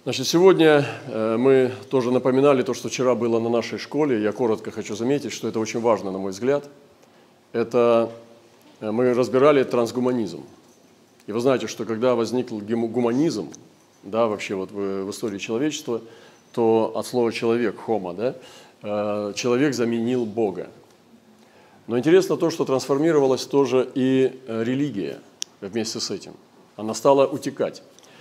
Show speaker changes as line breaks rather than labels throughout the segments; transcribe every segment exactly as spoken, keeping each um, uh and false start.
Значит, сегодня мы тоже напоминали то, что вчера было на нашей школе. Я коротко хочу заметить, что это очень важно, на мой взгляд. Это мы разбирали трансгуманизм. И вы знаете, что когда возник гуманизм, да, вообще вот в, в истории человечества, то от слова «человек», «homo», да, человек заменил Бога. Но интересно то, что трансформировалась тоже и религия вместе с этим. Она стала утекать.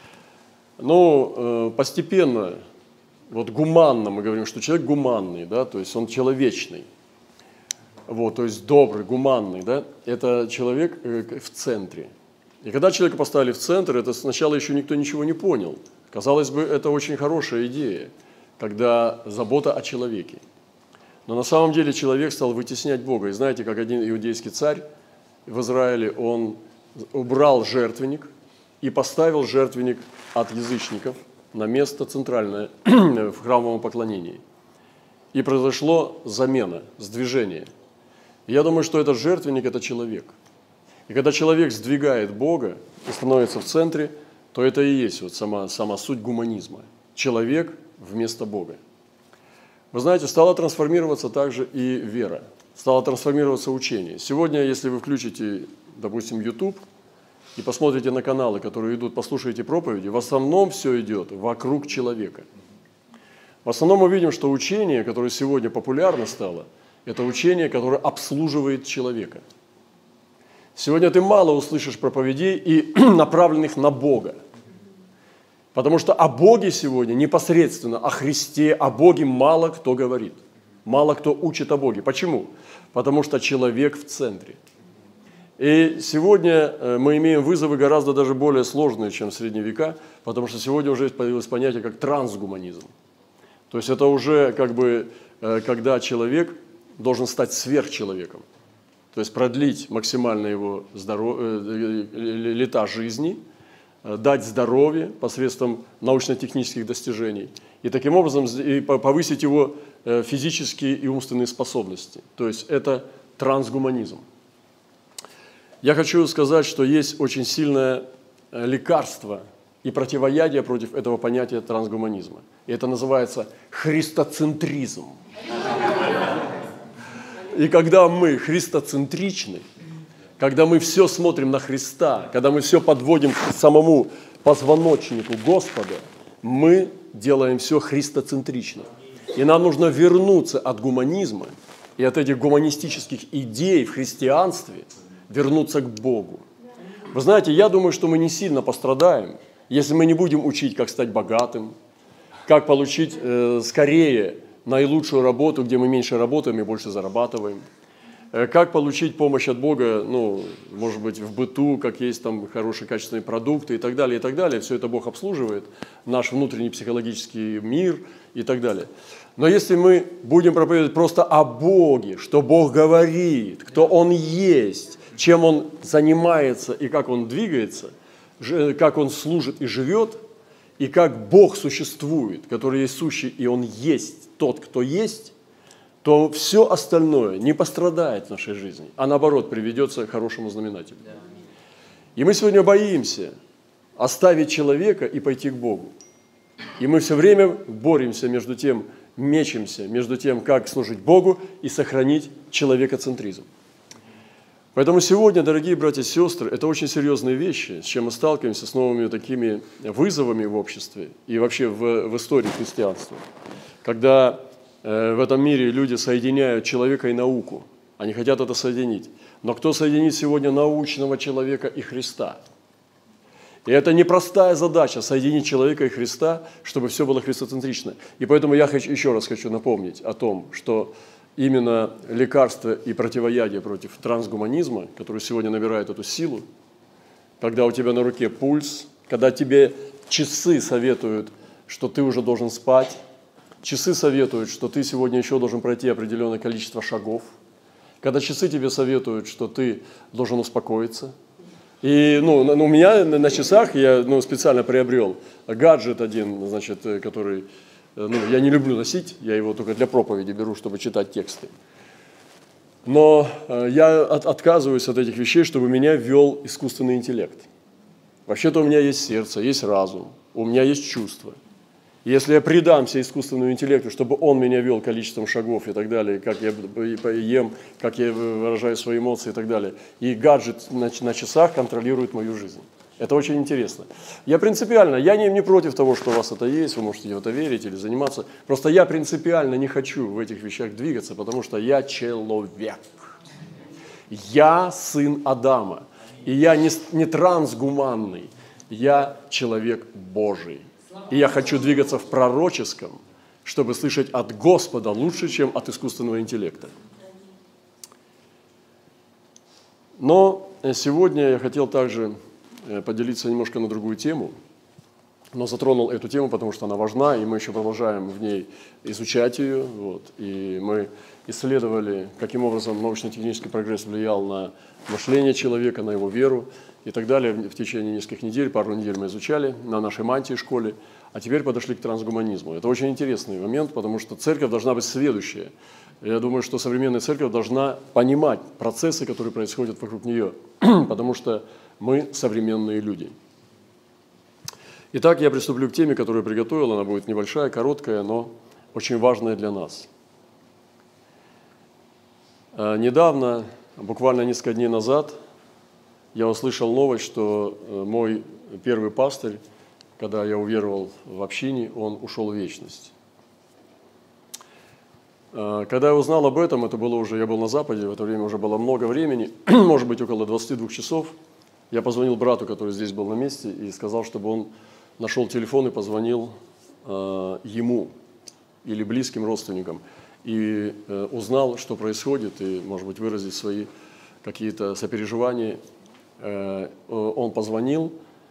Но постепенно, вот гуманно мы говорим, что человек гуманный, да, то есть он человечный, вот, то есть добрый, гуманный, да, это человек в центре. И когда человека поставили в центр, это сначала еще никто ничего не понял. Казалось бы, это очень хорошая идея, когда забота о человеке. Но на самом деле человек стал вытеснять Бога. И знаете, как один иудейский царь в Израиле, он убрал жертвенник и поставил жертвенник от язычников на место центральное в храмовом поклонении. И произошло замена, сдвижение. И я думаю, что этот жертвенник – это человек. И когда человек сдвигает Бога и становится в центре, то это и есть вот сама, сама суть гуманизма. Человек вместо Бога. Вы знаете, стала трансформироваться также и вера, стало трансформироваться учение. Сегодня, если вы включите, допустим, YouTube и посмотрите на каналы, которые идут, послушаете проповеди, в основном все идет вокруг человека. В основном мы видим, что учение, которое сегодня популярно стало, это учение, которое обслуживает человека. Сегодня ты мало услышишь проповедей, и направленных на Бога. Потому что о Боге сегодня непосредственно, о Христе, о Боге мало кто говорит. Мало кто учит о Боге. Почему? Потому что человек в центре. И сегодня мы имеем вызовы гораздо даже более сложные, чем в средние века, потому что сегодня уже появилось понятие как трансгуманизм. То есть это уже как бы, когда человек должен стать сверхчеловеком. То есть продлить максимально его здоров... лета жизни, дать здоровье посредством научно-технических достижений и таким образом повысить его физические и умственные способности. То есть это трансгуманизм. Я хочу сказать, что есть очень сильное лекарство и противоядие против этого понятия трансгуманизма. И это называется христоцентризм. И когда мы христоцентричны, когда мы все смотрим на Христа, когда мы все подводим к самому позвоночнику Господа, мы делаем все христоцентрично. И нам нужно вернуться от гуманизма и от этих гуманистических идей в христианстве, вернуться к Богу. Вы знаете, я думаю, что мы не сильно пострадаем, если мы не будем учить, как стать богатым, как получить э, скорее наилучшую работу, где мы меньше работаем и больше зарабатываем. Как получить помощь от Бога, ну, может быть, в быту, как есть там хорошие качественные продукты и так далее, и так далее. Все это Бог обслуживает, наш внутренний психологический мир и так далее. Но если мы будем проповедовать просто о Боге, что Бог говорит, кто Он есть, чем Он занимается и как Он двигается, как Он служит и живет, и как Бог существует, который есть сущий, и Он есть тот, кто есть, то все остальное не пострадает в нашей жизни, а наоборот приведется к хорошему знаменателю. И мы сегодня боимся оставить человека и пойти к Богу. И мы все время боремся между тем, мечемся между тем, как служить Богу и сохранить человекоцентризм. Поэтому сегодня, дорогие братья и сестры, это очень серьезные вещи, с чем мы сталкиваемся, с новыми такими вызовами в обществе и вообще в, в истории христианства. Когда в этом мире люди соединяют человека и науку. Они хотят это соединить. Но кто соединит сегодня научного человека и Христа? И это непростая задача – соединить человека и Христа, чтобы все было христоцентрично. И поэтому я хочу, еще раз хочу напомнить о том, что именно лекарство и противоядие против трансгуманизма, который сегодня набирает эту силу, когда у тебя на руке пульс, когда тебе часы советуют, что ты уже должен спать, часы советуют, что ты сегодня еще должен пройти определенное количество шагов. Когда часы тебе советуют, что ты должен успокоиться. И ну, у меня на часах я ну, специально приобрел гаджет один, значит, который ну, я не люблю носить, я его только для проповеди беру, чтобы читать тексты. Но я от, отказываюсь от этих вещей, чтобы меня вел искусственный интеллект. Вообще-то у меня есть сердце, есть разум, у меня есть чувства. Если я предамся искусственному интеллекту, чтобы он меня вел количеством шагов и так далее, как я ем, как я выражаю свои эмоции и так далее, и гаджет на, на часах контролирует мою жизнь. Это очень интересно. Я принципиально, я не, не против того, что у вас это есть, вы можете в это верить или заниматься. Просто я принципиально не хочу в этих вещах двигаться, потому что я человек. Я сын Адама. И я не, не трансгуманный, я человек Божий. И я хочу двигаться в пророческом, чтобы слышать от Господа лучше, чем от искусственного интеллекта. Но сегодня я хотел также поделиться немножко на другую тему, но затронул эту тему, потому что она важна, и мы еще продолжаем в ней изучать ее. Вот. И мы исследовали, каким образом научно-технический прогресс влиял на мышление человека, на его веру и так далее. В течение нескольких недель, пару недель мы изучали на нашей мантии школе, а теперь подошли к трансгуманизму. Это очень интересный момент, потому что церковь должна быть следующая. Я думаю, что современная церковь должна понимать процессы, которые происходят вокруг нее, потому что мы современные люди. Итак, я приступлю к теме, которую я приготовил. Она будет небольшая, короткая, но очень важная для нас. Недавно, буквально несколько дней назад, я услышал новость, что мой первый пастырь, когда я уверовал в общине, он ушел в вечность. Когда я узнал об этом, это было уже, я был на Западе, в это время уже было много времени, может быть, около двадцати двух часов, я позвонил брату, который здесь был на месте, и сказал, чтобы он нашел телефон и позвонил э, ему или близким родственникам, и э, узнал, что происходит, и, может быть, выразить свои какие-то сопереживания. Э, он позвонил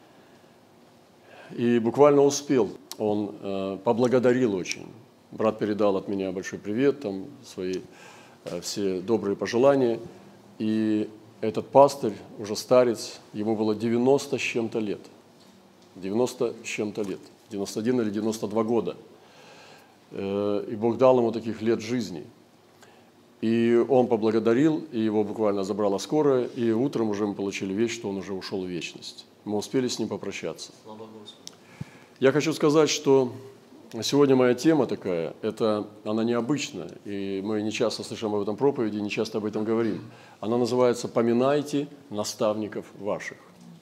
и буквально успел, он э, поблагодарил очень. Брат передал от меня большой привет, там свои э, все добрые пожелания, и этот пастырь, уже старец, ему было девяносто с чем-то лет. девяносто с чем-то лет. девяносто один или девяносто два года. И Бог дал ему таких лет жизни. И он поблагодарил, и его буквально забрала скорая, и утром уже мы получили весть, что он уже ушел в вечность. Мы успели с ним попрощаться.
Слава Господу.
Я хочу сказать, что сегодня моя тема такая, это, она необычная, и мы не часто слышим об этом проповеди, не часто об этом говорим. Она называется «Поминайте наставников ваших».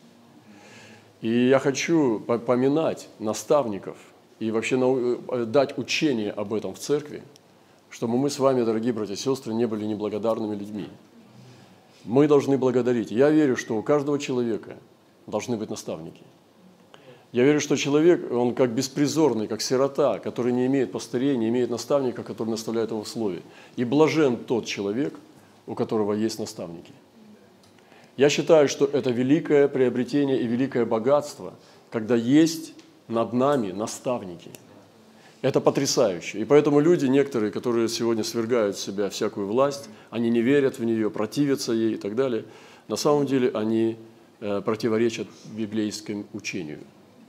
И я хочу поминать наставников и вообще дать учение об этом в церкви, чтобы мы с вами, дорогие братья и сестры, не были неблагодарными людьми. Мы должны благодарить. Я верю, что у каждого человека должны быть наставники. Я верю, что человек, он как беспризорный, как сирота, который не имеет пастырей, не имеет наставника, который наставляет его в слове. И блажен тот человек, у которого есть наставники. Я считаю, что это великое приобретение и великое богатство, когда есть над нами наставники. Это потрясающе. И поэтому люди, некоторые, которые сегодня свергают в себя всякую власть, они не верят в нее, противятся ей и так далее, на самом деле они противоречат библейскому учению.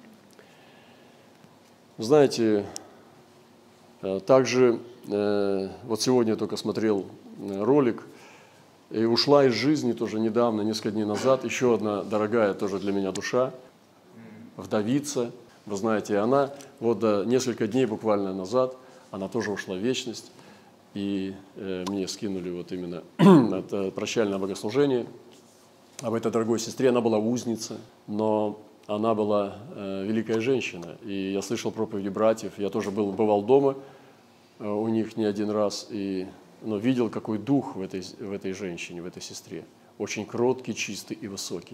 Знаете, также вот сегодня я только смотрел ролик, и ушла из жизни тоже недавно, несколько дней назад, еще одна дорогая тоже для меня душа, вдовица. Вы знаете, она вот до несколько дней буквально назад, она тоже ушла в вечность, и э, мне скинули вот именно это прощальное богослужение об этой дорогой сестре. Она была узница, но она была э, великая женщина, и я слышал проповеди братьев, я тоже был, бывал дома э, у них не один раз, и, но видел, какой дух в этой, в этой женщине, в этой сестре, очень кроткий, чистый и высокий.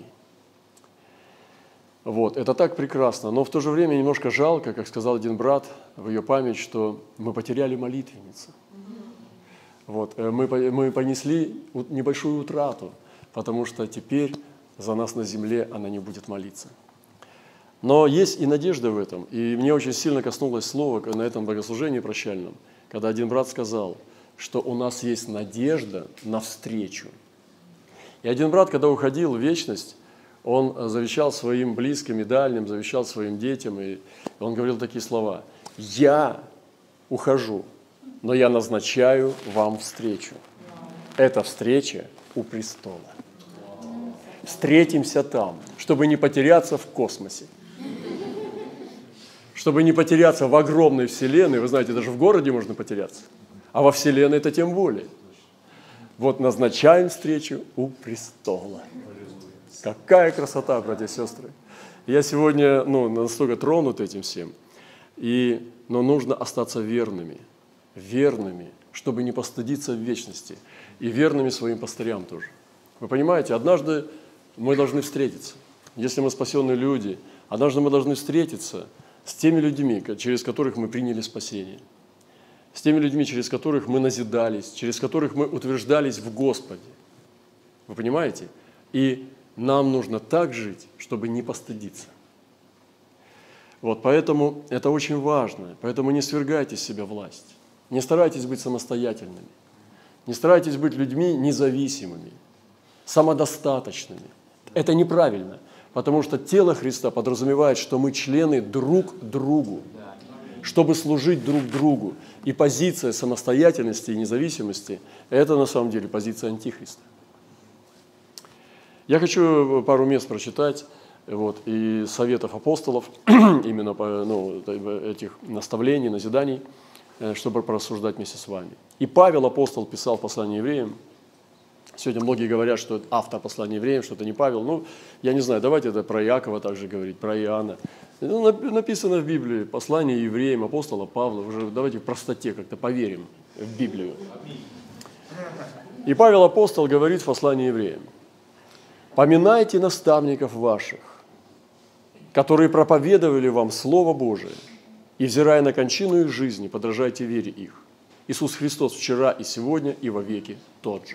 Вот, это так прекрасно, но в то же время немножко жалко, как сказал один брат в ее память, что мы потеряли молитвенницу. Вот, мы, мы понесли небольшую утрату, потому что теперь за нас на земле она не будет молиться. Но есть и надежда в этом, и мне очень сильно коснулось слова на этом богослужении прощальном, когда один брат сказал, что у нас есть надежда на встречу. И один брат, когда уходил в вечность, он завещал своим близким и дальним, завещал своим детям, и он говорил такие слова: «Я ухожу, но я назначаю вам встречу. Эта встреча у престола. Встретимся там, чтобы не потеряться в космосе». чтобы не потеряться в огромной вселенной. Вы знаете, даже в городе можно потеряться, а во вселенной это тем более. Вот назначаем встречу у престола. Какая красота, братья и сестры. Я сегодня ну, настолько тронут этим всем. И, но нужно остаться верными, верными, чтобы не постыдиться в вечности. И верными своим пастырям тоже. Вы понимаете, однажды мы должны встретиться. Если мы спасенные люди, однажды мы должны встретиться с теми людьми, через которых мы приняли спасение. С теми людьми, через которых мы назидались, через которых мы утверждались в Господе. Вы понимаете? И нам нужно так жить, чтобы не постыдиться. Вот, поэтому это очень важно. Поэтому не свергайте с себя власть. Не старайтесь быть самостоятельными. Не старайтесь быть людьми независимыми, самодостаточными. Это неправильно, потому что тело Христа подразумевает, что мы члены друг другу, чтобы служить друг другу. И позиция самостоятельности и независимости – это на самом деле позиция антихриста. Я хочу пару мест прочитать вот, и советов апостолов, именно по, ну, этих наставлений, назиданий, чтобы порассуждать вместе с вами. И Павел, апостол, писал послание евреям. Сегодня многие говорят, что это автор послания евреям, что это не Павел. Ну, я не знаю, давайте это про Иакова также говорить, про Иоанна. Ну, написано в Библии, послание евреям, апостола Павла. Уже давайте в простоте как-то поверим в Библию. И Павел, апостол, говорит в послании евреям: «Поминайте наставников ваших, которые проповедовали вам Слово Божие, и, взирая на кончину их жизни, подражайте вере их. Иисус Христос вчера и сегодня и вовеки тот же».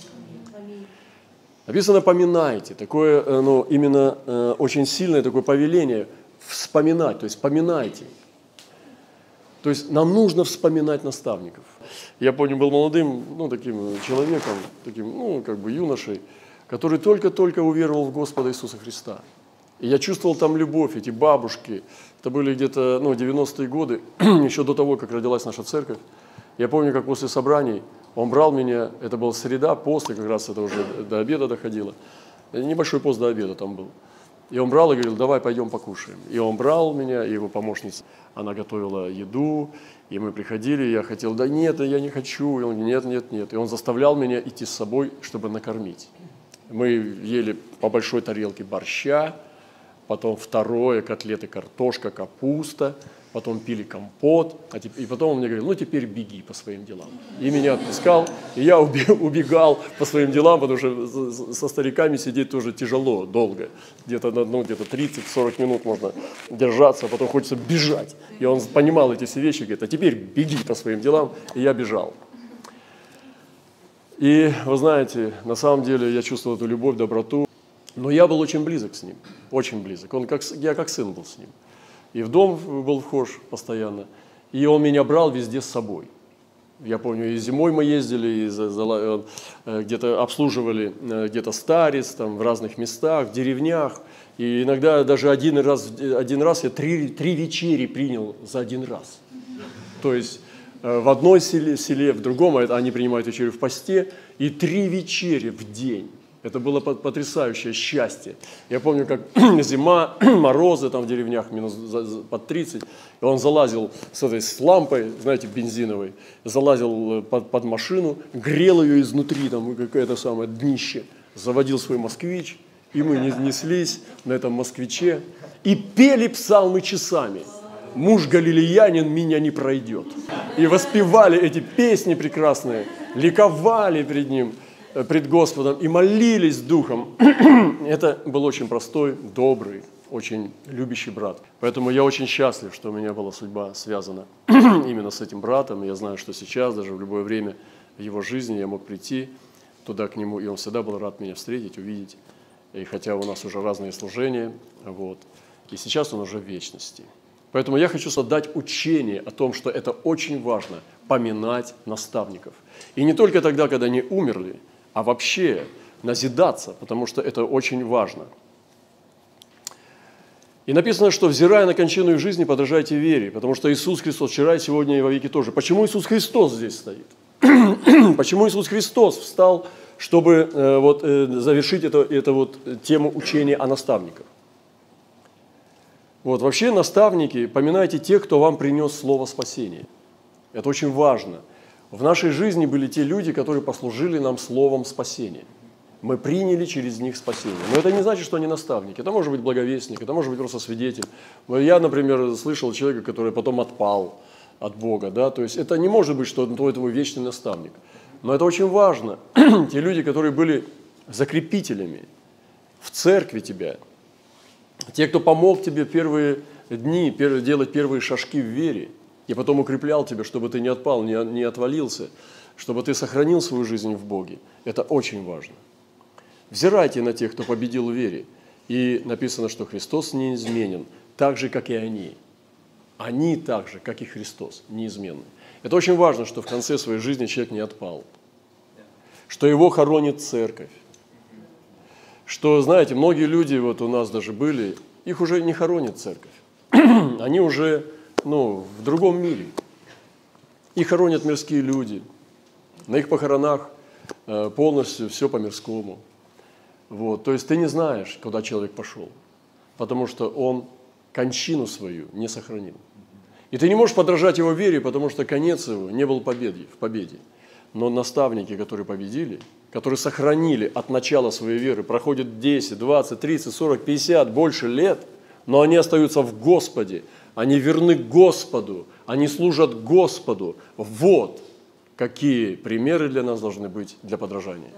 Написано «поминайте». Такое, ну, именно э, очень сильное такое повеление вспоминать, то есть поминайте. То есть нам нужно вспоминать наставников. Я помню, был молодым, ну, таким человеком, таким, ну, как бы юношей, который только-только уверовал в Господа Иисуса Христа. И я чувствовал там любовь, эти бабушки. Это были где-то ну, девяностые годы, еще до того, как родилась наша церковь. Я помню, как после собраний он брал меня, это была среда, после, как раз это уже до обеда доходило. Небольшой пост до обеда там был. И он брал и говорил: давай пойдем покушаем. И он брал меня, и его помощница, она готовила еду, и мы приходили, и я хотел: да нет, я не хочу. И он: нет, нет, нет. И он заставлял меня идти с собой, чтобы накормить. Мы ели по большой тарелке борща, потом второе, котлеты, картошка, капуста, потом пили компот, а теперь, и потом он мне говорил: ну теперь беги по своим делам. И меня отпускал, и я убегал по своим делам, потому что со стариками сидеть тоже тяжело, долго. Где-то ну, где-то тридцать-сорок минут можно держаться, а потом хочется бежать. И он понимал эти все вещи, говорит: а теперь беги по своим делам, и я бежал. И вы знаете, на самом деле я чувствовал эту любовь, доброту, но я был очень близок с ним, очень близок. Он как, я как сын был с ним. И в дом был вхож постоянно, и он меня брал везде с собой. Я помню, и зимой мы ездили, и за, за, где-то обслуживали где-то старец, там, в разных местах, в деревнях. И иногда даже один раз, один раз я три, три вечери принял за один раз. То есть в одной селе, селе, в другом они принимают вечерю в посте, и три вечери в день. Это было потрясающее счастье. Я помню, как зима, морозы там в деревнях, минус под тридцать, и он залазил с этой с лампой, знаете, бензиновой, залазил под, под машину, грел ее изнутри, там какое-то самое днище, заводил свой москвич, и мы неслись на этом москвиче и пели псалмы часами. «Муж галилеянин меня не пройдет». И воспевали эти песни прекрасные, ликовали перед ним, пред Господом и молились Духом. Это был очень простой, добрый, очень любящий брат. Поэтому я очень счастлив, что у меня была судьба связана именно с этим братом. И я знаю, что сейчас, даже в любое время в его жизни я мог прийти туда к нему, и он всегда был рад меня встретить, увидеть. И хотя у нас уже разные служения, вот, и сейчас он уже в вечности. Поэтому я хочу создать учение о том, что это очень важно – поминать наставников. И не только тогда, когда они умерли, а вообще назидаться, потому что это очень важно. И написано, что взирая на кончину их жизни, подражайте вере, потому что Иисус Христос вчера и сегодня и вовеки тоже. Почему Иисус Христос здесь стоит? Почему Иисус Христос встал, чтобы э, вот, э, завершить это, это вот, тему учения о наставниках? Вот, вообще наставники, поминайте тех, кто вам принес слово спасения. Это очень важно. В нашей жизни были те люди, которые послужили нам словом спасения. Мы приняли через них спасение. Но это не значит, что они наставники. Это может быть благовестник, это может быть просто свидетель. Я, например, слышал человека, который потом отпал от Бога. Да? То есть это не может быть, что это твой вечный наставник. Но это очень важно. Те люди, которые были закрепителями в церкви тебя, те, кто помог тебе первые дни первые, делать первые шажки в вере, и потом укреплял тебя, чтобы ты не отпал, не, не отвалился, чтобы ты сохранил свою жизнь в Боге. Это очень важно. Взирайте на тех, кто победил в вере. И написано, что Христос неизменен, так же, как и они. Они так же, как и Христос, неизменны. Это очень важно, что в конце своей жизни человек не отпал, что его хоронит церковь. Что, знаете, многие люди, вот у нас даже были, их уже не хоронит церковь. Они уже, ну, в другом мире. Их хоронят мирские люди. На их похоронах э, полностью все по-мирскому. Вот. То есть ты не знаешь, куда человек пошел, потому что он кончину свою не сохранил. И ты не можешь подражать его вере, потому что конец его не был победе, в победе. Но наставники, которые победили, которые сохранили от начала своей веры, проходит десять, двадцать, тридцать, сорок, пятьдесят, больше лет, но они остаются в Господе, они верны Господу, они служат Господу. Вот какие примеры для нас должны быть для подражания.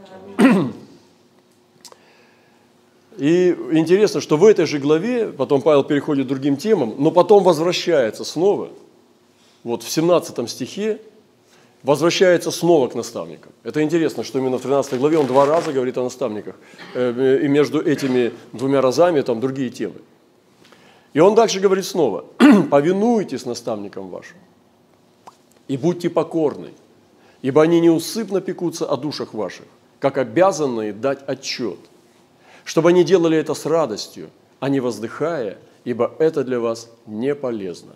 И интересно, что в этой же главе, потом Павел переходит к другим темам, но потом возвращается снова, вот в семнадцатом стихе, возвращается снова к наставникам. Это интересно, что именно в тринадцатой главе он два раза говорит о наставниках, и между этими двумя разами там другие темы. И он дальше говорит снова: «Повинуйтесь наставникам вашим и будьте покорны, ибо они неусыпно пекутся о душах ваших, как обязанные дать отчет, чтобы они делали это с радостью, а не воздыхая, ибо это для вас не полезно».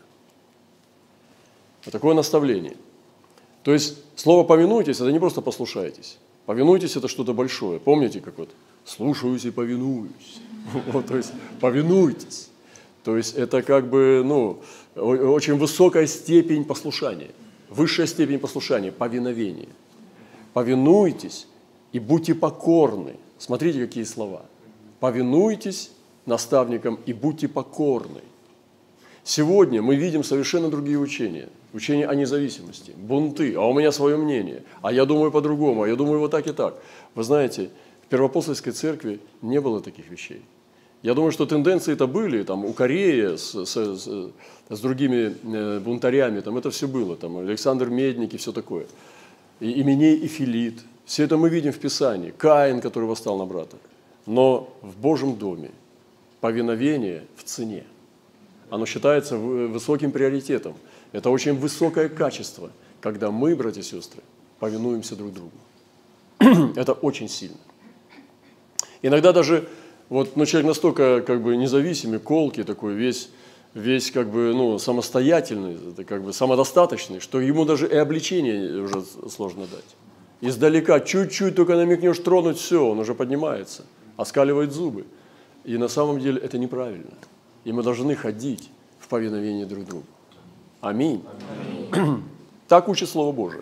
Вот такое наставление. То есть слово «повинуйтесь» – это не просто «послушайтесь». «Повинуйтесь» – это что-то большое. Помните, как вот «слушаюсь и повинуюсь». Вот, то есть «повинуйтесь». То есть это как бы, ну, очень высокая степень послушания, высшая степень послушания, повиновения. «Повинуйтесь и будьте покорны». Смотрите, какие слова. «Повинуйтесь наставникам и будьте покорны». Сегодня мы видим совершенно другие учения. Учения о независимости, бунты, а у меня свое мнение, а я думаю по-другому, а я думаю вот так и так. Вы знаете, в Первоапостольской церкви не было таких вещей. Я думаю, что тенденции-то были, там, у Кореи с, с, с, с другими э, бунтарями, там это все было, там, Александр Медник и все такое. И Именей и Филит, все это мы видим в Писании. Каин, который восстал на брата. Но в Божьем доме повиновение в цене. Оно считается высоким приоритетом. Это очень высокое качество, когда мы, братья и сестры, повинуемся друг другу. Это очень сильно. Иногда даже вот, ну, человек настолько как бы независимый, колкий такой, весь, весь как бы, ну, самостоятельный, как бы самодостаточный, что ему даже и обличение уже сложно дать. Издалека чуть-чуть только намекнешь тронуть, все, он уже поднимается, оскаливает зубы. И на самом деле это неправильно. И мы должны ходить в повиновении друг другу. Аминь. Аминь. Так учит Слово Божие.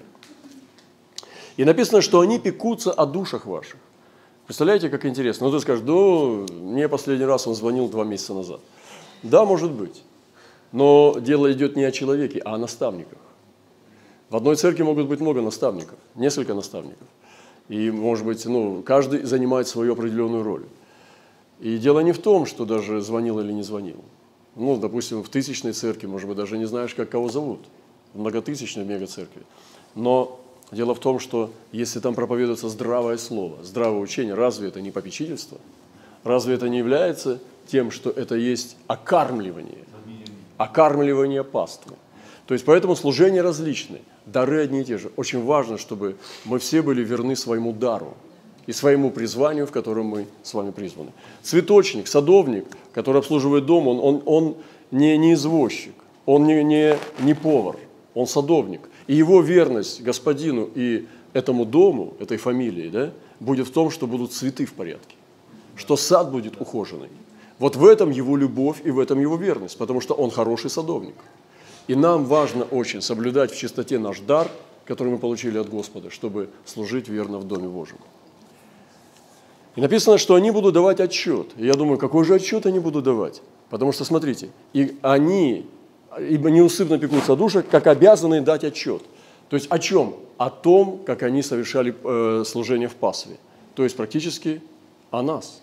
И написано, что они пекутся о душах ваших. Представляете, как интересно? Ну, ты скажешь, ну, мне последний раз он звонил два месяца назад. Да, может быть. Но дело идет не о человеке, а о наставниках. В одной церкви могут быть много наставников, несколько наставников. И, может быть, ну, каждый занимает свою определенную роль. И дело не в том, что даже звонил или не звонил. Ну, допустим, в тысячной церкви, может быть, даже не знаешь, как кого зовут. В многотысячной мегацеркви. Но дело в том, что если там проповедуется здравое слово, здравое учение, разве это не попечительство? Разве это не является тем, что это есть окармливание? Окармливание паствы. То есть, поэтому служения различны, дары одни и те же. Очень важно, чтобы мы все были верны своему дару и своему призванию, в котором мы с вами призваны. Цветочник, садовник, который обслуживает дом, он, он, он не, не извозчик, он не, не, не повар, он садовник. И его верность господину и этому дому, этой фамилии, да, будет в том, что будут цветы в порядке, что сад будет ухоженный. Вот в этом его любовь и в этом его верность, потому что он хороший садовник. И нам важно очень соблюдать в чистоте наш дар, который мы получили от Господа, чтобы служить верно в Доме Божьем. И написано, что они будут давать отчет. И я думаю, какой же отчет они будут давать? Потому что, смотрите, и они, ибо неусыпно пекутся о душах, как обязаны дать отчет. То есть о чем? О том, как они совершали э, служение в пасве. То есть практически о нас.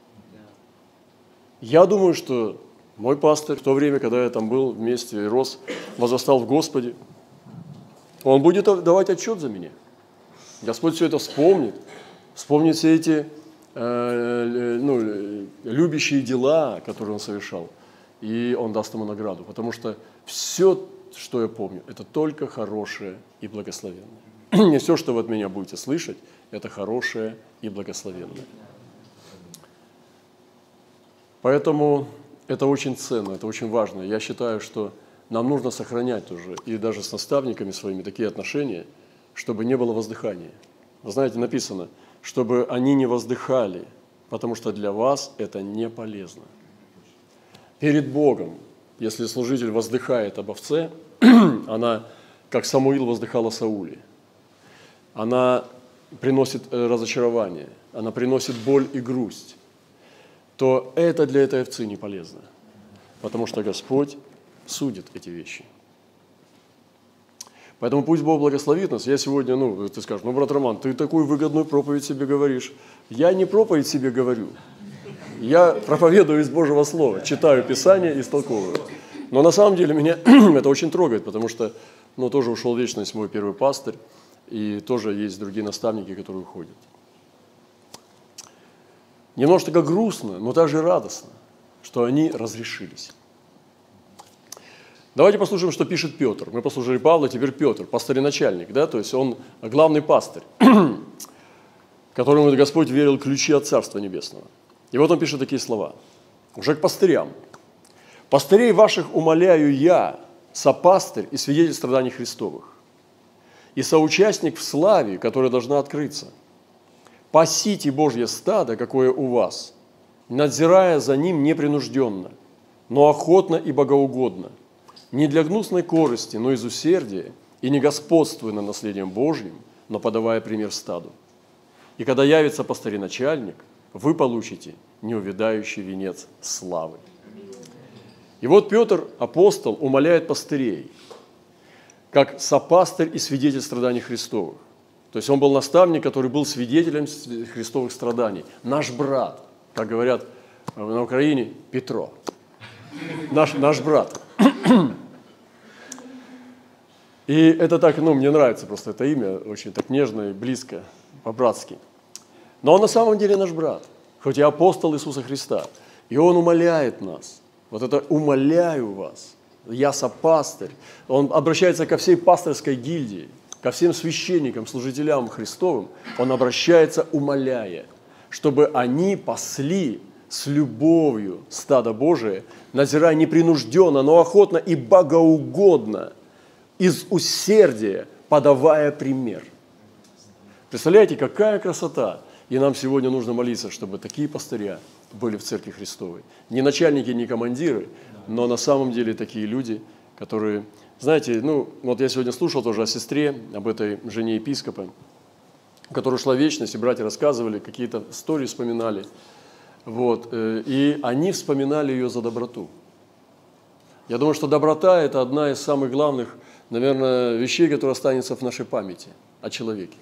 Я думаю, что мой пастырь в то время, когда я там был вместе и рос, возрастал в Господе, он будет давать отчет за меня. Господь все это вспомнит, вспомнит все эти э, ну, любящие дела, которые он совершал, и он даст ему награду. Потому что все, что я помню, это только хорошее и благословенное. Не все, что вы от меня будете слышать, это хорошее и благословенное. Поэтому это очень ценно, это очень важно. Я считаю, что нам нужно сохранять уже, и даже с наставниками своими, такие отношения, чтобы не было воздыхания. Вы знаете, написано, чтобы они не воздыхали, потому что для вас это не полезно. Перед Богом, если служитель воздыхает об овце, она, как Самуил воздыхал о Сауле, она приносит разочарование, она приносит боль и грусть, то это для этой овцы не полезно, потому что Господь судит эти вещи. Поэтому пусть Бог благословит нас. Я сегодня, ну, ты скажешь, ну, брат Роман, ты такую выгодную проповедь себе говоришь. Я не проповедь себе говорю. Я проповедую из Божьего Слова, читаю Писание и истолковываю. Но на самом деле меня это очень трогает, потому что, ну, тоже ушел в вечность мой первый пастырь, и тоже есть другие наставники, которые уходят. Немножко грустно, но также радостно, что они разрешились. Давайте послушаем, что пишет Петр. Мы послушали Павла, теперь Петр, пастырь-начальник, да, то есть он главный пастырь, которому Господь верил ключи от Царства Небесного. И вот он пишет такие слова. Уже к пастырям. «Пастырей ваших умоляю я, сопастырь и свидетель страданий Христовых, и соучастник в славе, которая должна открыться. Пасите Божье стадо, какое у вас, надзирая за ним непринужденно, но охотно и богоугодно, не для гнусной корысти, но из усердия, и не господствуя над наследием Божьим, но подавая пример стаду. И когда явится пастырь-начальник, вы получите неувядающий венец славы». И вот Петр, апостол, умоляет пастырей, как сопастырь и свидетель страданий Христовых. То есть он был наставник, который был свидетелем христовых страданий. Наш брат, как говорят на Украине, Петро. Наш, наш брат. И это так, ну, мне нравится просто это имя, очень так нежно и близко, по-братски. Но он на самом деле наш брат, хоть и апостол Иисуса Христа. И он умоляет нас. Вот это «умоляю вас». Я сопастырь. Он обращается ко всей пасторской гильдии, ко всем священникам, служителям Христовым. Он обращается, умоляя, чтобы они пасли с любовью стадо Божие, назирая непринужденно, но охотно и богоугодно, из усердия подавая пример. Представляете, какая красота! И нам сегодня нужно молиться, чтобы такие пастыря были в Церкви Христовой. Не начальники, не командиры, но на самом деле такие люди, которые, знаете, ну, вот я сегодня слушал тоже о сестре, об этой жене епископа, которая ушла в вечность, и братья рассказывали, какие-то истории вспоминали. Вот, и они вспоминали ее за доброту. Я думаю, что доброта – это одна из самых главных, наверное, вещей, которая останется в нашей памяти о человеке.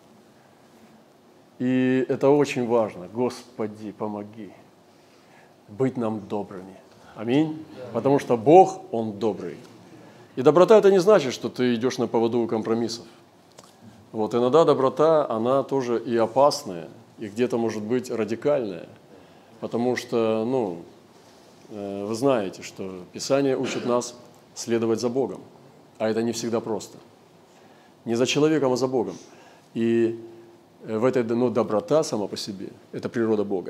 И это очень важно. Господи, помоги быть нам добрыми. Аминь. Потому что Бог, Он добрый. И доброта – это не значит, что ты идешь на поводу у компромиссов. Вот, иногда доброта, она тоже и опасная, и где-то может быть радикальная. Потому что, ну, вы знаете, что Писание учит нас следовать за Богом. А это не всегда просто. Не за человеком, а за Богом. И в этой, ну, доброта сама по себе – это природа Бога.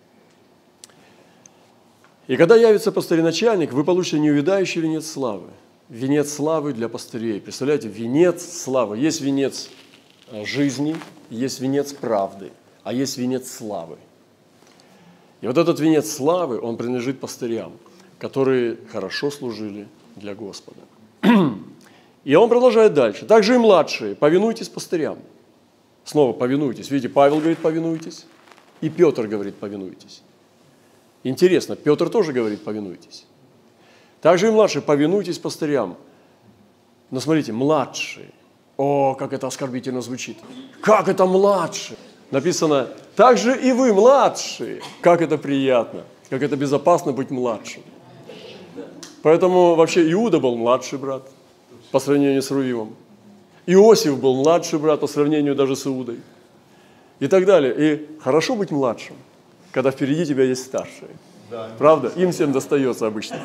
И когда явится пастырь-начальник, вы получите неувядающий венец славы. Венец славы для пастырей. Представляете, венец славы. Есть венец жизни, есть венец правды, а есть венец славы. И вот этот венец славы, он принадлежит пастырям, которые хорошо служили для Господа. И он продолжает дальше. Также и младшие, повинуйтесь пастырям. Снова повинуйтесь. Видите, Павел говорит, повинуйтесь, и Петр говорит, повинуйтесь. Интересно, Петр тоже говорит, повинуйтесь. Также и младшие, повинуйтесь пастырям. Но смотрите, младшие. О, как это оскорбительно звучит. Как это младшие? Написано, также и вы младшие. Как это приятно, как это безопасно быть младшим. Поэтому вообще Иуда был младший брат по сравнению с Рувимом. Иосиф был младший брат по сравнению даже с Иудой. И так далее. И хорошо быть младшим, когда впереди тебя есть старшие. Да. Правда? Им всем достается обычно.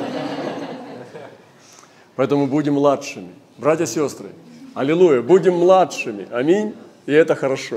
Поэтому будем младшими. Братья и сестры, аллилуйя, будем младшими. Аминь. И это хорошо.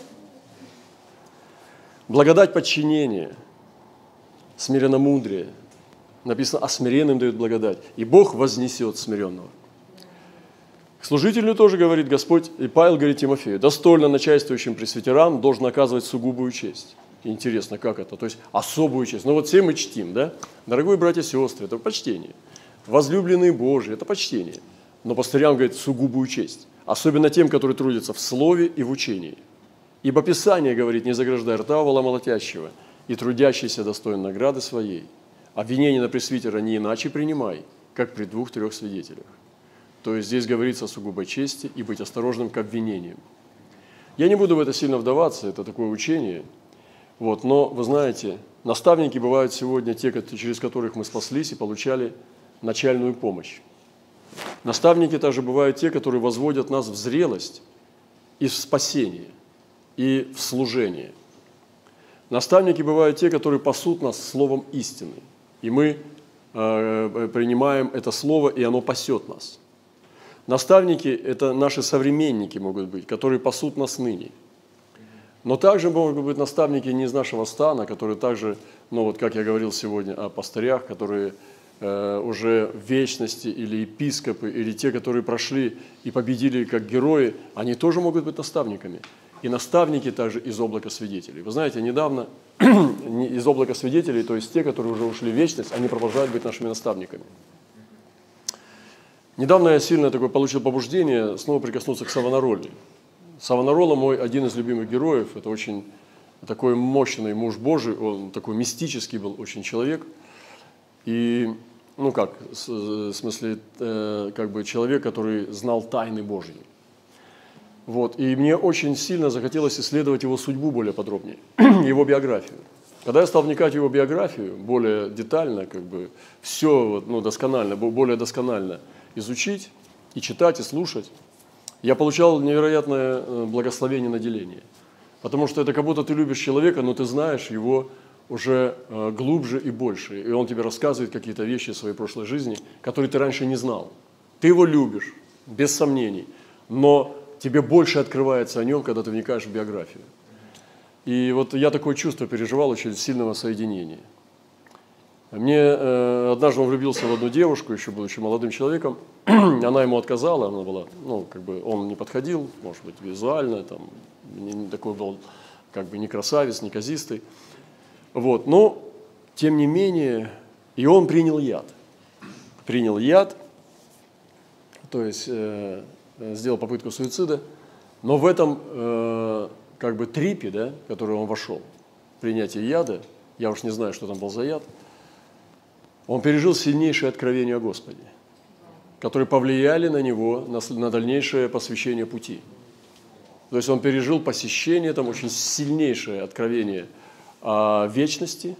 Благодать подчинения, смиренномудрие. Написано, а смиренным дает благодать. И Бог вознесет смиренного. К служителю тоже говорит Господь, и Павел говорит Тимофею, достойно начальствующим пресвитерам должен оказывать сугубую честь. Интересно, как это? То есть особую честь. Ну вот все мы чтим, да? Дорогие братья и сестры, это почтение. Возлюбленные Божьи, это почтение. Но пастырям говорит сугубую честь. Особенно тем, которые трудятся в слове и в учении. Ибо Писание говорит, не заграждай рта вола молотящего, и трудящийся достоин награды своей. Обвинение на пресвитера не иначе принимай, как при двух-трех свидетелях. То есть здесь говорится о сугубой чести и быть осторожным к обвинениям. Я не буду в это сильно вдаваться, это такое учение. Вот, но, вы знаете, наставники бывают сегодня те, через которых мы спаслись и получали начальную помощь. Наставники также бывают те, которые возводят нас в зрелость и в спасение, и в служение. Наставники бывают те, которые пасут нас словом истины. И мы э, принимаем это слово, и оно пасет нас. Наставники – это наши современники могут быть, которые пасут нас ныне. Но также могут быть наставники не из нашего стана, которые также, ну вот как я говорил сегодня о пастырях, которые э, уже в вечности, или епископы, или те, которые прошли и победили как герои, они тоже могут быть наставниками. И наставники также из облака свидетелей. Вы знаете, недавно из облака свидетелей, то есть те, которые уже ушли в вечность, они продолжают быть нашими наставниками. Недавно я сильно такое получил побуждение снова прикоснуться к Савонароле. Савонарола мой один из любимых героев, это очень такой мощный муж Божий, он такой мистический был очень человек. И, ну как, в смысле, э, как бы человек, который знал тайны Божьи. Вот, и мне очень сильно захотелось исследовать его судьбу более подробнее, его биографию. Когда я стал вникать в его биографию более детально, как бы все ну, досконально, более досконально изучить и читать, и слушать, я получал невероятное благословение наделение. Потому что это как будто ты любишь человека, но ты знаешь его уже глубже и больше. И он тебе рассказывает какие-то вещи из своей прошлой жизни, которые ты раньше не знал. Ты его любишь, без сомнений, но тебе больше открывается о нем, когда ты вникаешь в биографию. И вот я такое чувство переживал очень сильного соединения. Мне э, однажды он влюбился в одну девушку, еще будучи молодым человеком. Она ему отказала, она была, ну, как бы он не подходил, может быть, визуально, там, не, такой был, как бы, не красавец, не казистый. Вот, но, тем не менее, и он принял яд. Принял яд, то есть э, сделал попытку суицида, но в этом, э, как бы, трипе, да, в который он вошел, принятие яда, я уж не знаю, что там был за яд, он пережил сильнейшее откровение о Господе, которые повлияли на него, на, на дальнейшее посвящение пути. То есть он пережил посещение, там очень сильнейшее откровение о вечности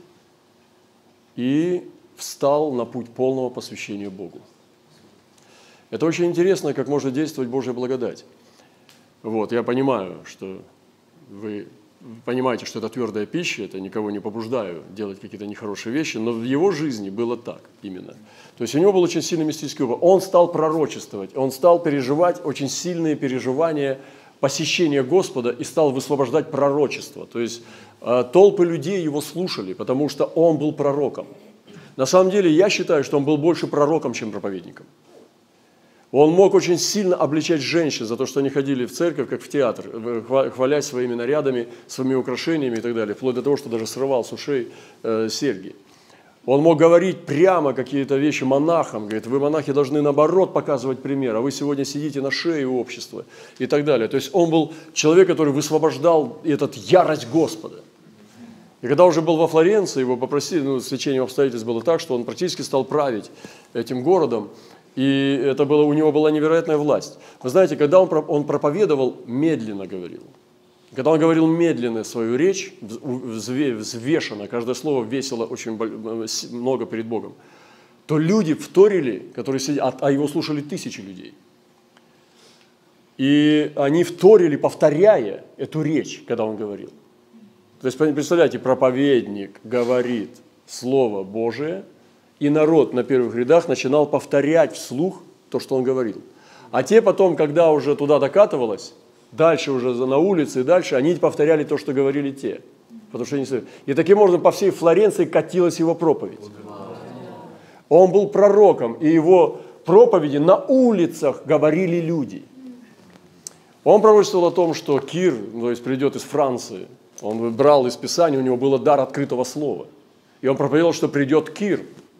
и встал на путь полного посвящения Богу. Это очень интересно, как может действовать Божья благодать. Вот, я понимаю, что вы понимаете, что это твердая пища, это никого не побуждаю делать какие-то нехорошие вещи, но в его жизни было так именно. То есть у него был очень сильный мистический опыт. Он стал пророчествовать, он стал переживать очень сильные переживания посещения Господа и стал высвобождать пророчество. То есть э, толпы людей его слушали, потому что он был пророком. На самом деле я считаю, что он был больше пророком, чем проповедником. Он мог очень сильно обличать женщин за то, что они ходили в церковь, как в театр, хвалясь своими нарядами, своими украшениями и так далее, вплоть до того, что даже срывал с ушей э, серьги. Он мог говорить прямо какие-то вещи монахам, говорит, вы, монахи, должны наоборот показывать пример, а вы сегодня сидите на шее у общества и так далее. То есть он был человек, который высвобождал этот ярость Господа. И когда уже был во Флоренции, его попросили, ну, с течением обстоятельств было так, что он практически стал править этим городом, и это было, у него была невероятная власть. Вы знаете, когда он, он проповедовал, медленно говорил. Когда он говорил медленно свою речь, взвешенно, каждое слово весило очень много перед Богом, то люди вторили, которые сидели, а его слушали тысячи людей. И они вторили, повторяя эту речь, когда он говорил. То есть, представляете, проповедник говорит Слово Божие, и народ на первых рядах начинал повторять вслух то, что он говорил. А те потом, когда уже туда докатывалось, дальше уже на улице и дальше, они повторяли то, что говорили те. Потому что они... И таким образом по всей Флоренции катилась его проповедь. Он был пророком, и его проповеди на улицах говорили люди. Он пророчествовал о том, что Кир, то есть придет из Франции. Он брал из Писания, у него был дар открытого слова. И он проповедовал, что придет Кир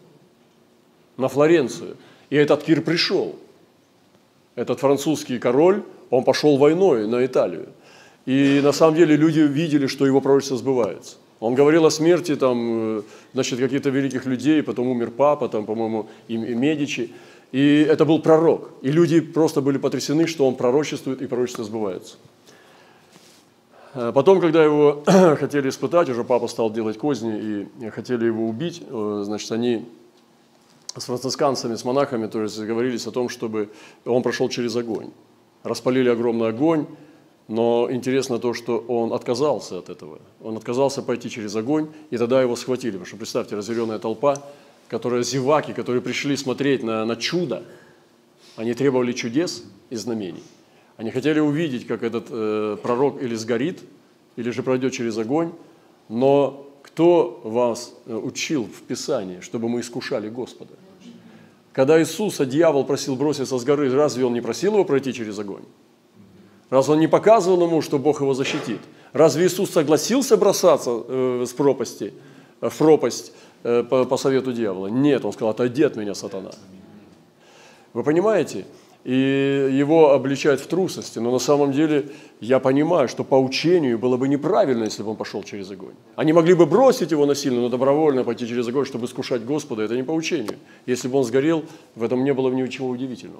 на Флоренцию. И этот Кир пришел. Этот французский король, он пошел войной на Италию. И на самом деле люди видели, что его пророчество сбывается. Он говорил о смерти там, значит, каких-то великих людей, потом умер папа, там, по-моему, и Медичи. И это был пророк. И люди просто были потрясены, что он пророчествует, и пророчество сбывается. Потом, когда его хотели испытать, уже папа стал делать козни и хотели его убить, значит, они с францисканцами, с монахами, то есть договорились о том, чтобы он прошел через огонь. Распалили огромный огонь, но интересно то, что он отказался от этого. Он отказался пойти через огонь, и тогда его схватили. Потому что, представьте, разъяренная толпа, которая зеваки, которые пришли смотреть на, на чудо, они требовали чудес и знамений. Они хотели увидеть, как этот э, пророк или сгорит, или же пройдет через огонь, но кто вас учил в Писании, чтобы мы искушали Господа? Когда Иисуса дьявол просил броситься с горы, разве он не просил его пройти через огонь? Разве он не показывал ему, что Бог его защитит? Разве Иисус согласился бросаться э, с пропасти, в пропасть э, по, по совету дьявола? Нет, он сказал, отойди от меня, сатана. Вы понимаете? И его обличают в трусости, но на самом деле я понимаю, что по учению было бы неправильно, если бы он пошел через огонь. Они могли бы бросить его насильно, но добровольно пойти через огонь, чтобы искушать Господа, это не по учению. Если бы он сгорел, в этом не было ничего удивительного.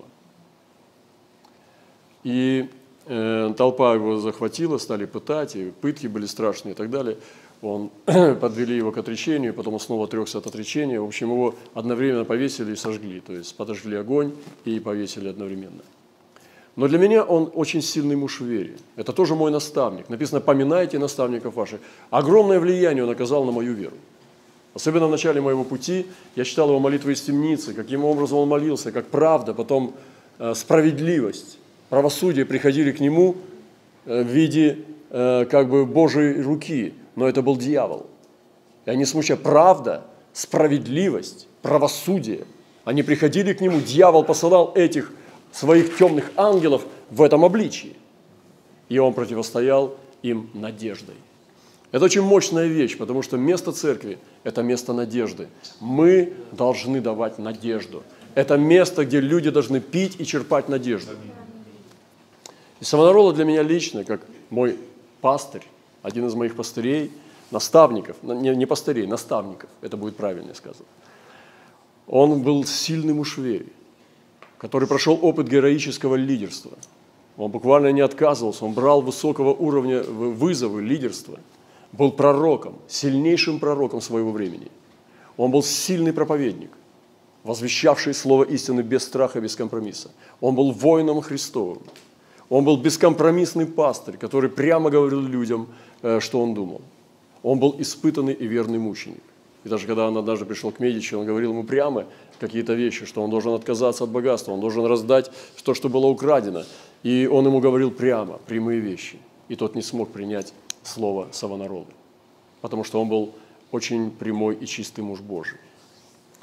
И э, толпа его захватила, стали пытать, и пытки были страшные и так далее. Он подвели его к отречению, потом он снова отрекся от отречения. В общем, его одновременно повесили и сожгли. То есть подожгли огонь и повесили одновременно. Но для меня он очень сильный муж в вере. Это тоже мой наставник. Написано, поминайте наставников ваших. Огромное влияние он оказал на мою веру. Особенно в начале моего пути я читал его молитвы из темницы, каким образом он молился, как правда, потом э, справедливость, правосудие приходили к нему э, в виде э, как бы Божьей руки. Но это был дьявол. И они смущали правда, справедливость, правосудие. Они приходили к нему, дьявол посылал этих своих темных ангелов в этом обличии. И он противостоял им надеждой. Это очень мощная вещь, потому что место церкви – это место надежды. Мы должны давать надежду. Это место, где люди должны пить и черпать надежду. И Савонарола для меня лично, как мой пастырь, один из моих пастырей, наставников, не, не пастырей, наставников, это будет правильно сказано. Он был сильный муж в вере, который прошел опыт героического лидерства. Он буквально не отказывался, он брал высокого уровня вызовы, лидерства. Был пророком, сильнейшим пророком своего времени. Он был сильный проповедник, возвещавший слово истины без страха, без компромисса. Он был воином Христовым. Он был бескомпромиссный пастырь, который прямо говорил людям, что он думал. Он был испытанный и верный мученик. И даже когда он однажды пришел к Медичи, он говорил ему прямо какие-то вещи, что он должен отказаться от богатства, он должен раздать то, что было украдено. И он ему говорил прямо, прямые вещи. И тот не смог принять слово Савонаролы, потому что он был очень прямой и чистый муж Божий.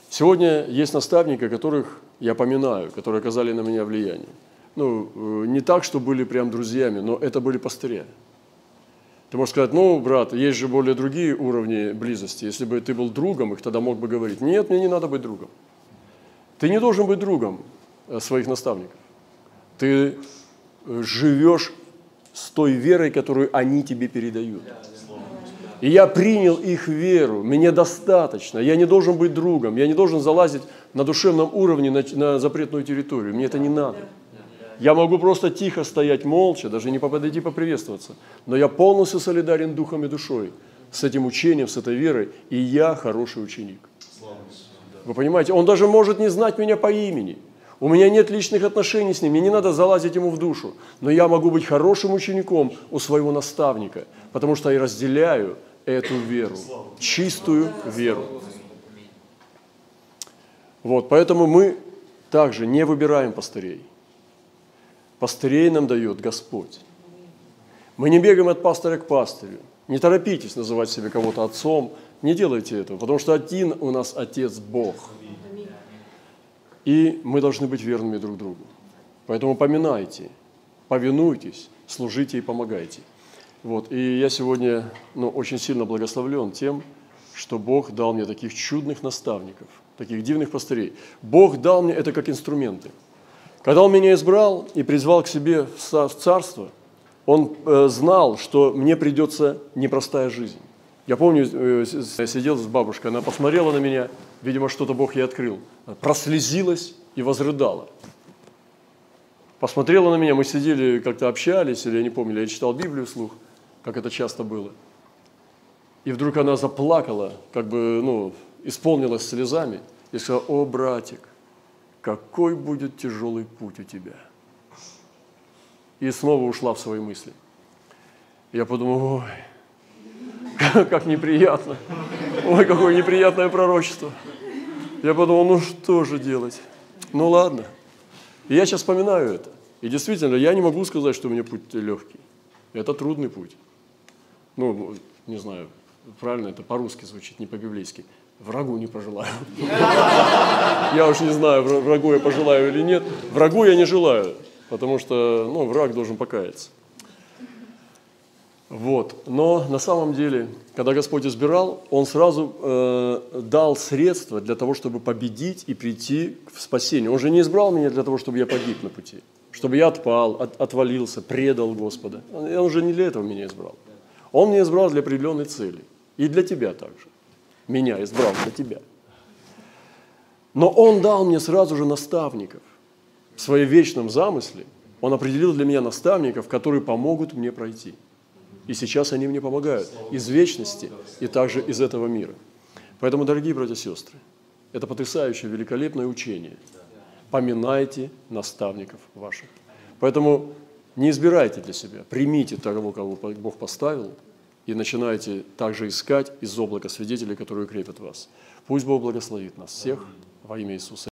Сегодня есть наставники, которых я поминаю, которые оказали на меня влияние. Ну, не так, что были прям друзьями, но это были пастыря. Ты можешь сказать, ну, брат, есть же более другие уровни близости. Если бы ты был другом, их тогда мог бы говорить, нет, мне не надо быть другом. Ты не должен быть другом своих наставников. Ты живешь с той верой, которую они тебе передают. И я принял их веру, мне достаточно. Я не должен быть другом, я не должен залазить на душевном уровне на, на запретную территорию. Мне это не надо. Я могу просто тихо стоять молча, даже не подойти поприветствоваться. Но я полностью солидарен духом и душой с этим учением, с этой верой. И я хороший ученик. Вы понимаете, он даже может не знать меня по имени. У меня нет личных отношений с ним, мне не надо залазить ему в душу. Но я могу быть хорошим учеником у своего наставника, потому что я разделяю эту веру, чистую веру. Вот, поэтому мы также не выбираем пастырей. Пастырей нам дает Господь. Мы не бегаем от пастыря к пастырю. Не торопитесь называть себе кого-то отцом. Не делайте этого, потому что один у нас Отец Бог. И мы должны быть верными друг другу. Поэтому поминайте, повинуйтесь, служите и помогайте. Вот. И я сегодня ну, очень сильно благословлен тем, что Бог дал мне таких чудных наставников, таких дивных пастырей. Бог дал мне это как инструменты. Когда Он меня избрал и призвал к себе в царство, Он э, знал, что мне придется непростая жизнь. Я помню, э, я сидел с бабушкой, она посмотрела на меня, видимо, что-то Бог ей открыл, прослезилась и возрыдала. Посмотрела на меня, мы сидели, как-то общались, или я не помню, я читал Библию вслух, как это часто было. И вдруг она заплакала, как бы, ну, исполнилась слезами, и сказала: «О, братик, какой будет тяжелый путь у тебя». И снова ушла в свои мысли. Я подумал: ой, как неприятно, ой, какое неприятное пророчество. Я подумал, ну что же делать? Ну ладно. И я сейчас вспоминаю это. И действительно, я не могу сказать, что у меня путь легкий. Это трудный путь. Ну, не знаю, правильно это по-русски звучит, не по-библейски. Врагу не пожелаю. Я уж не знаю, врагу я пожелаю или нет. Врагу я не желаю, потому что, ну, враг должен покаяться. Вот. Но на самом деле, когда Господь избирал, Он сразу э, дал средства для того, чтобы победить и прийти в спасение. Он же не избрал меня для того, чтобы я погиб на пути, чтобы я отпал, от, отвалился, предал Господа. Он же не для этого меня избрал. Он меня избрал для определенной цели. И для тебя также. Меня избрал для тебя. Но Он дал мне сразу же наставников. В своем вечном замысле Он определил для меня наставников, которые помогут мне пройти. И сейчас они мне помогают из вечности и также из этого мира. Поэтому, дорогие братья и сестры, это потрясающее, великолепное учение. Поминайте наставников ваших. Поэтому не избирайте для себя, примите того, кого Бог поставил, и начинайте также искать из облака свидетелей, которые укрепят вас. Пусть Бог благословит нас всех во имя Иисуса.